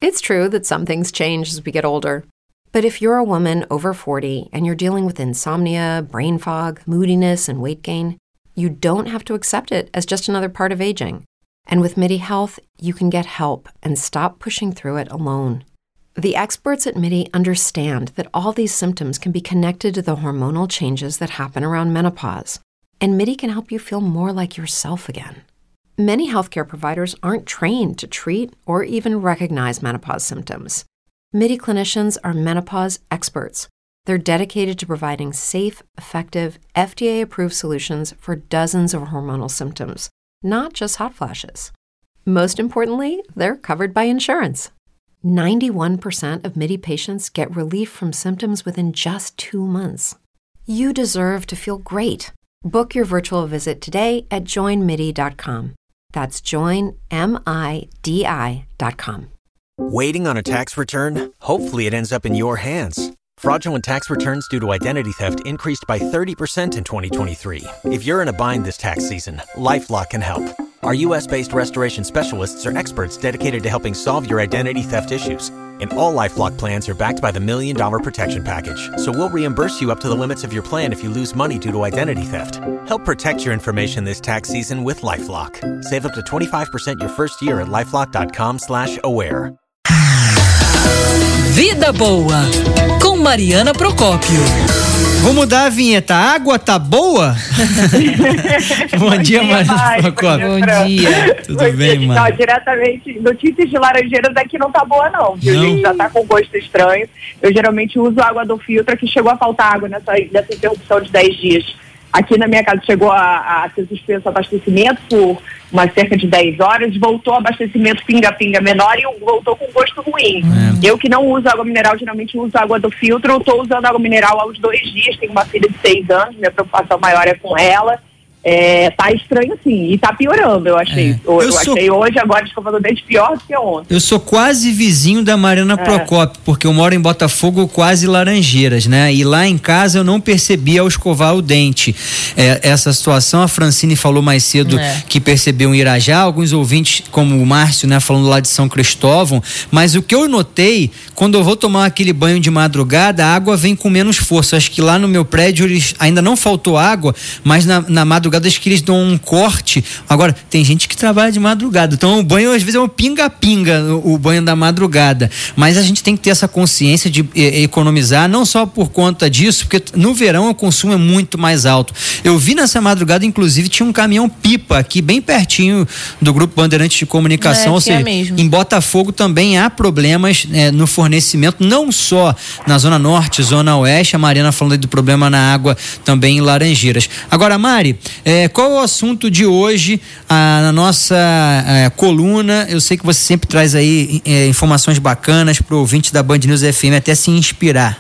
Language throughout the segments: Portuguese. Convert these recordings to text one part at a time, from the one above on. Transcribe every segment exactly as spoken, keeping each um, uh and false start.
It's true that some things change as we get older. But if you're a woman over forty and you're dealing with insomnia, brain fog, moodiness, and weight gain, you don't have to accept it as just another part of aging. And with MIDI Health, you can get help and stop pushing through it alone. The experts at MIDI understand that all these symptoms can be connected to the hormonal changes that happen around menopause, and MIDI can help you feel more like yourself again. Many healthcare providers aren't trained to treat or even recognize menopause symptoms. MIDI clinicians are menopause experts. They're dedicated to providing safe, effective, F D A-approved solutions for dozens of hormonal symptoms, not just hot flashes. Most importantly, they're covered by insurance. ninety-one percent of MIDI patients get relief from symptoms within just two months. You deserve to feel great. Book your virtual visit today at join midi dot com. That's join midi dot com. Waiting on a tax return? Hopefully it ends up in your hands. Fraudulent tax returns due to identity theft increased by thirty percent in twenty twenty-three. If you're in a bind this tax season, LifeLock can help. Our U S based restoration specialists are experts dedicated to helping solve your identity theft issues. And all LifeLock plans are backed by the Million Dollar Protection Package. So we'll reimburse you up to the limits of your plan if you lose money due to identity theft. Help protect your information this tax season with LifeLock. Save up to twenty-five percent your first year at LifeLock.com slash aware. Vida Boa, com Mariana Procópio. Vou mudar a vinheta. A água tá boa? Bom, Bom dia, Mariana Procópio. Bom dia. Tudo Bom bem, dia, mano? Diretamente, notícias de Laranjeiras daqui não tá boa não, viu? Não. A gente já tá com gosto estranho. Eu geralmente uso água do filtro, que chegou a faltar água nessa, nessa interrupção de dez dias. Aqui na minha casa chegou a, a ser suspenso o abastecimento por umas cerca de dez horas, voltou o abastecimento pinga-pinga menor e voltou com gosto ruim. É. Eu que não uso água mineral, geralmente uso água do filtro, eu estou usando água mineral há uns dois dias, tenho uma filha de seis anos, minha preocupação maior é com ela. É, tá estranho sim, e tá piorando, eu achei. É. Eu, eu, eu sou... achei hoje, agora escovando o dente pior do que ontem. Eu sou quase vizinho da Mariana é. Procópio, porque eu moro em Botafogo, quase Laranjeiras, né? E lá em casa eu não percebi ao escovar o dente. É, essa situação, a Francine falou mais cedo é. que percebeu em Irajá, alguns ouvintes, como o Márcio, né, falando lá de São Cristóvão, mas o que eu notei, quando eu vou tomar aquele banho de madrugada, a água vem com menos força. Acho que lá no meu prédio eles, ainda não faltou água, mas na, na madrugada que eles dão um corte. Agora, tem gente que trabalha de madrugada, então o banho às vezes é um pinga-pinga, o, o banho da madrugada, mas a gente tem que ter essa consciência de e, economizar, não só por conta disso, porque no verão o consumo é muito mais alto. Eu vi nessa madrugada, inclusive, tinha um caminhão pipa aqui bem pertinho do Grupo Bandeirantes de Comunicação, é, ou seja, mesmo. Em Botafogo também há problemas é, no fornecimento, não só na Zona Norte, Zona Oeste, a Mariana falando aí do problema na água também em Laranjeiras. Agora, Mari, É, qual é o assunto de hoje ah, na nossa ah, coluna? Eu sei que você sempre traz aí eh, informações bacanas para o ouvinte da Band News F M até se inspirar.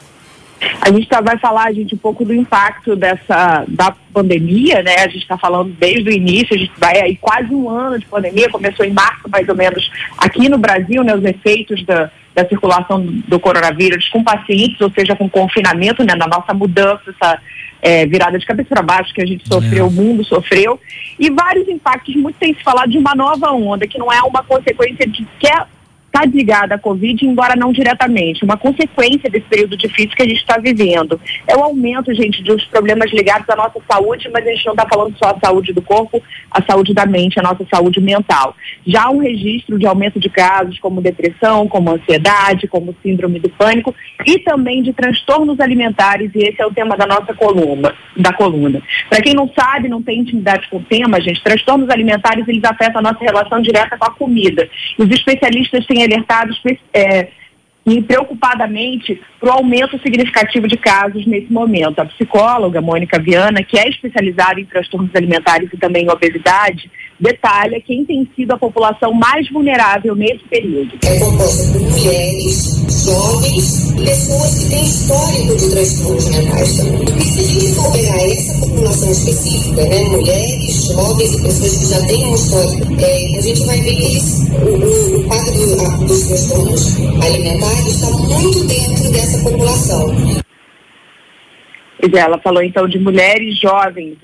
A gente tá, vai falar, gente, um pouco do impacto dessa, da pandemia, né? A gente está falando desde o início, a gente vai aí quase um ano de pandemia, começou em março mais ou menos aqui no Brasil, né? Os efeitos da, da circulação do, do coronavírus com pacientes, ou seja, com confinamento, né? Na nossa mudança, essa é, virada de cabeça para baixo que a gente sofreu, é. o mundo sofreu, e vários impactos. Muito tem se falado de uma nova onda, que não é uma consequência de que é está ligada à Covid, embora não diretamente, uma consequência desse período difícil que a gente está vivendo. É o aumento, gente, dos problemas ligados à nossa saúde, mas a gente não está falando só a saúde do corpo, a saúde da mente, a nossa saúde mental. Já há um registro de aumento de casos como depressão, como ansiedade, como síndrome do pânico e também de transtornos alimentares, e esse é o tema da nossa coluna. Da coluna. Para quem não sabe, não tem intimidade com o tema, gente, transtornos alimentares, eles afetam a nossa relação direta com a comida. Os especialistas têm alertados é, e preocupadamente para o aumento significativo de casos nesse momento. A psicóloga Mônica Viana, que é especializada em transtornos alimentares e também em obesidade, detalha quem tem sido a população mais vulnerável nesse período. É composta por mulheres, jovens e pessoas que têm histórico de transtornos mentais também. E se a gente for pegar essa população específica, né, mulheres, jovens e pessoas que já têm um histórico, é, a gente vai ver que eles, o, o impacto do, dos transtornos alimentares está muito dentro dessa população. Ela falou então de mulheres jovens, as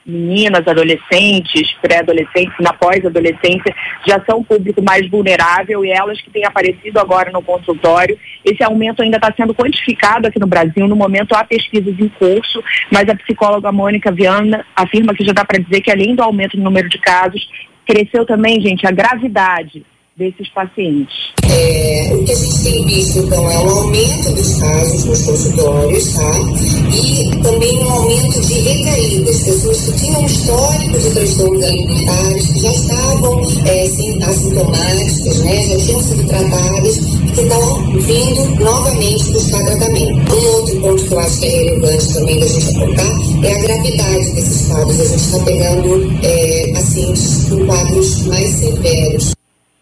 meninas, adolescentes, pré-adolescentes, na pós-adolescência, já são um público mais vulnerável e elas que têm aparecido agora no consultório. Esse aumento ainda está sendo quantificado aqui no Brasil. No momento há pesquisas em curso, mas a psicóloga Mônica Viana afirma que já dá para dizer que além do aumento no número de casos, cresceu também, gente, a gravidade desses pacientes. É, o que a gente tem visto, então, é um aumento dos casos nos consultórios, tá? E também um aumento de recaídas, pessoas que tinham um histórico de transtornos alimentares, que já estavam é, sim, assintomáticas, né? Já tinham sido tratadas e que estão vindo novamente buscar tratamento. Um outro ponto que eu acho que é relevante também da gente apontar é a gravidade desses quadros. A gente está pegando é, pacientes com quadros mais severos.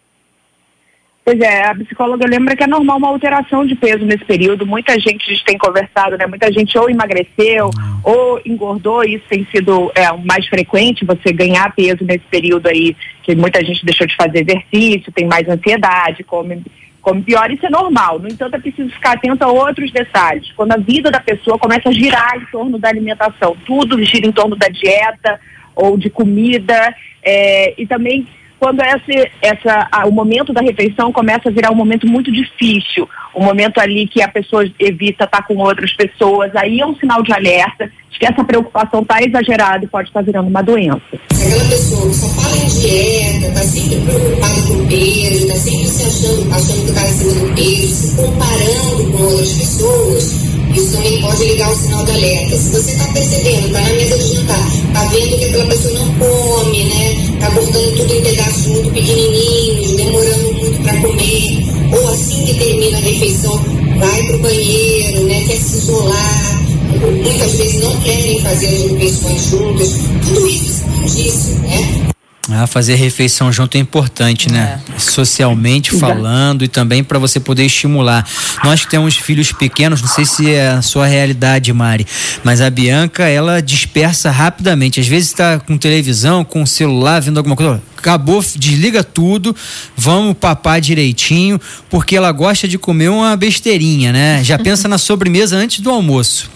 Pois é, a psicóloga lembra que é normal uma alteração de peso nesse período. Muita gente, a gente tem conversado, né? Muita gente ou emagreceu ou engordou. Isso tem sido é, mais frequente, você ganhar peso nesse período aí, que muita gente deixou de fazer exercício, tem mais ansiedade, come, come pior. Isso é normal. No entanto, é preciso ficar atento a outros detalhes. Quando a vida da pessoa começa a girar em torno da alimentação, tudo gira em torno da dieta ou de comida, é, e também quando essa, essa, a, o momento da refeição começa a virar um momento muito difícil, um momento ali que a pessoa evita estar com outras pessoas, aí é um sinal de alerta de que essa preocupação está exagerada e pode estar virando uma doença. Aquela pessoa que só fala em dieta, está sempre preocupada com o peso, está sempre se achando, achando que está acima do peso, se comparando com outras pessoas, isso também pode ligar o sinal de alerta. Se você está percebendo, está na mesa de jantar, está vendo que aquela pessoa não come, né? Está cortando tudo em pedaços muito pequenininhos, demorando muito para comer, ou assim que termina a refeição, vai para o banheiro, né? Quer se isolar, muitas vezes não querem fazer as refeições juntas, tudo isso é disso, né? Ah, fazer refeição junto é importante, né? É. Socialmente falando e também para você poder estimular. Nós que temos filhos pequenos, não sei se é a sua realidade, Mari, mas a Bianca, ela dispersa rapidamente. Às vezes está com televisão, com celular, vendo alguma coisa. Acabou, desliga tudo, vamos papar direitinho, porque ela gosta de comer uma besteirinha, né? Já pensa na sobremesa antes do almoço.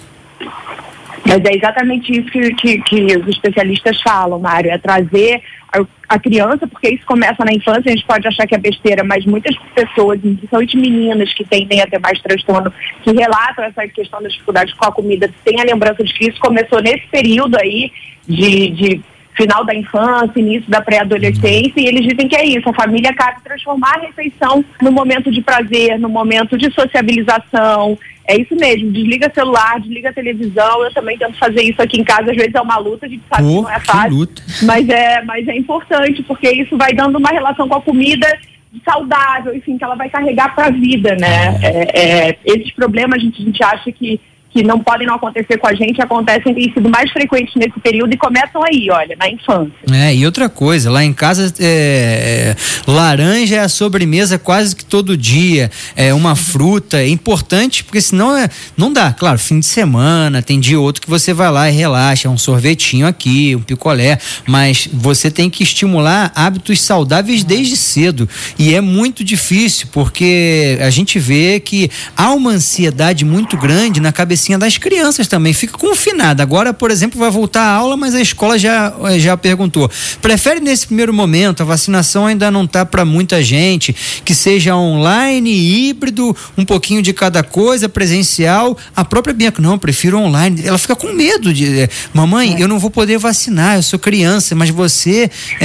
Mas é exatamente isso que, que, que os especialistas falam, Mário, é trazer a, a criança, porque isso começa na infância, a gente pode achar que é besteira, mas muitas pessoas, principalmente meninas que tendem a ter mais transtorno, que relatam essa questão das dificuldades com a comida, têm a lembrança de que isso começou nesse período aí de, de final da infância, início da pré-adolescência, e eles dizem que é isso, a família acaba de transformar a refeição no momento de prazer, no momento de sociabilização. É isso mesmo, desliga celular, desliga televisão. Eu também tento fazer isso aqui em casa, às vezes é uma luta, a gente sabe oh, que não é fácil, mas é, mas é importante, porque isso vai dando uma relação com a comida saudável, enfim, que ela vai carregar para a vida, né? É, é, esses problemas a gente, a gente acha que que não podem não acontecer com a gente, acontecem, têm sido mais frequentes nesse período e começam aí, olha, na infância. É, e outra coisa, lá em casa, é, é, laranja é a sobremesa quase que todo dia, é uma fruta, é importante, porque senão é, não dá, claro, fim de semana, tem dia ou outro que você vai lá e relaxa, um sorvetinho aqui, um picolé, mas você tem que estimular hábitos saudáveis desde cedo, e é muito difícil, porque a gente vê que há uma ansiedade muito grande na cabeça das crianças também, fica confinada. Agora, por exemplo, vai voltar a aula, mas a escola já, já perguntou. Prefere nesse primeiro momento, a vacinação ainda não está para muita gente, que seja online, híbrido, um pouquinho de cada coisa, presencial. A própria Bianca, não, prefiro online. Ela fica com medo de, mamãe, é. eu não vou poder vacinar, eu sou criança, mas você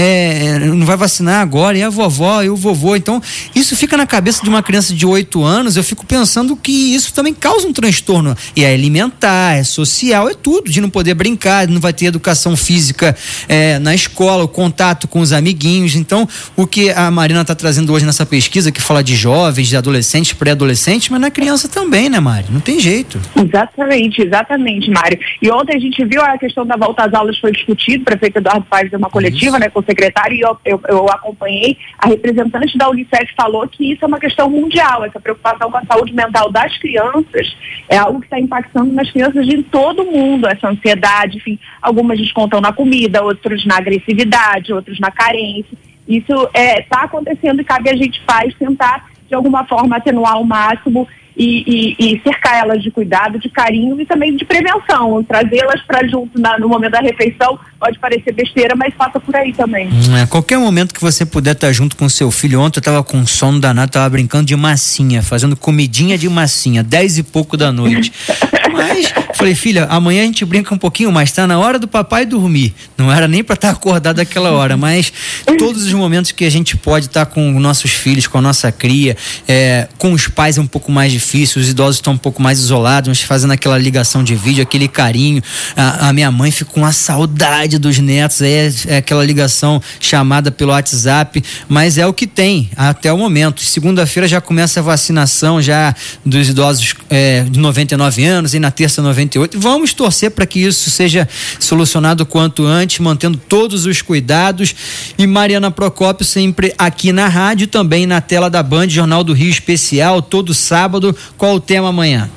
é, não vai vacinar agora, e a vovó, e o vovô. Então, isso fica na cabeça de uma criança de oito anos, eu fico pensando que isso também causa um transtorno. E é alimentar, é social, é tudo, de não poder brincar, não vai ter educação física é, na escola, o contato com os amiguinhos. Então, o que a Marina está trazendo hoje nessa pesquisa, que fala de jovens, de adolescentes, pré-adolescentes, mas na criança também, né, Mari? Não tem jeito. Exatamente, exatamente, Mário. E ontem a gente viu a questão da volta às aulas foi discutido, o prefeito Eduardo Paes deu uma coletiva, né, com o secretário, e eu, eu, eu acompanhei, a representante da Unicef falou que isso é uma questão mundial, essa preocupação com a saúde mental das crianças é algo que está impactando nas crianças de todo mundo, essa ansiedade, enfim, algumas descontam na comida, outros na agressividade, outros na carência. Isso está é, acontecendo e cabe a gente faz tentar, de alguma forma, atenuar ao máximo e, e, e cercar elas de cuidado, de carinho e também de prevenção. Trazê-las para junto na, no momento da refeição pode parecer besteira, mas passa por aí também. É, qualquer momento que você puder estar junto com seu filho. Ontem eu tava com sono danado, tava brincando de massinha, fazendo comidinha de massinha, dez e pouco da noite. Mas falei, filha, amanhã a gente brinca um pouquinho mais, tá na hora do papai dormir. Não era nem para estar acordado aquela hora, mas todos os momentos que a gente pode estar com nossos filhos, com a nossa cria, é, com os pais é um pouco mais difícil, os idosos estão um pouco mais isolados, mas fazendo aquela ligação de vídeo, aquele carinho. A, a minha mãe fica com a saudade dos netos, é, é aquela ligação chamada pelo WhatsApp, mas é o que tem até o momento. Segunda-feira já começa a vacinação já dos idosos é, de noventa e nove anos e na terça noventa e oito. Vamos torcer para que isso seja solucionado o quanto antes, mantendo todos os cuidados. E Mariana Procópio sempre aqui na rádio, também na tela da Band, Jornal do Rio Especial, todo sábado. Qual o tema amanhã?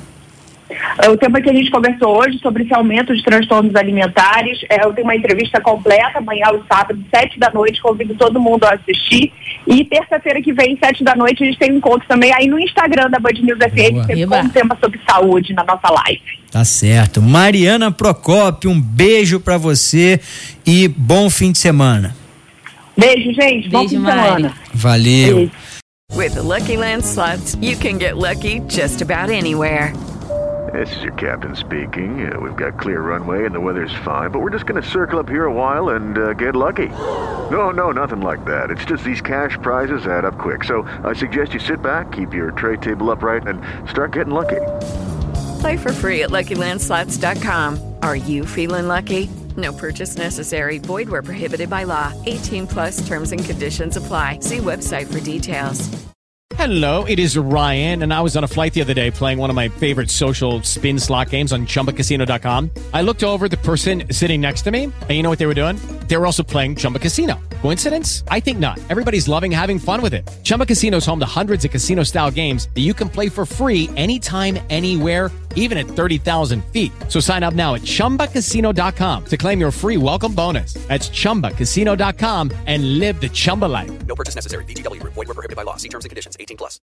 O tema que a gente conversou hoje sobre esse aumento de transtornos alimentares, é, eu tenho uma entrevista completa amanhã, ao sábado, sete da noite, convido todo mundo a assistir. E terça-feira que vem, sete da noite, a gente tem um encontro também aí no Instagram da Band News F M, sempre com um tema sobre saúde na nossa live. Tá certo. Mariana Procópio, um beijo pra você e bom fim de semana. Beijo, gente. Bom fim de semana. Valeu. Beijo. With the Lucky Land Slots, you can get lucky just about anywhere. This is your captain speaking. Uh, we've got clear runway and the weather's fine, but we're just going to circle up here a while and uh, get lucky. No, no, nothing like that. It's just these cash prizes add up quick. So I suggest you sit back, keep your tray table upright, and start getting lucky. Play for free at Lucky Land Slots dot com. Are you feeling lucky? No purchase necessary. Void where prohibited by law. eighteen plus terms and conditions apply. See website for details. Hello, it is Ryan, and I was on a flight the other day playing one of my favorite social spin slot games on Chumba Casino dot com. I looked over at the person sitting next to me, and you know what they were doing? They were also playing Chumba Casino. Coincidence? I think not. Everybody's loving having fun with it. Chumba Casino is home to hundreds of casino-style games that you can play for free anytime, anywhere, even at thirty thousand feet. So sign up now at Chumba Casino dot com to claim your free welcome bonus. That's Chumba Casino dot com and live the Chumba life. No purchase necessary. V G W. Void where prohibited by law. See terms and conditions. eighteen plus.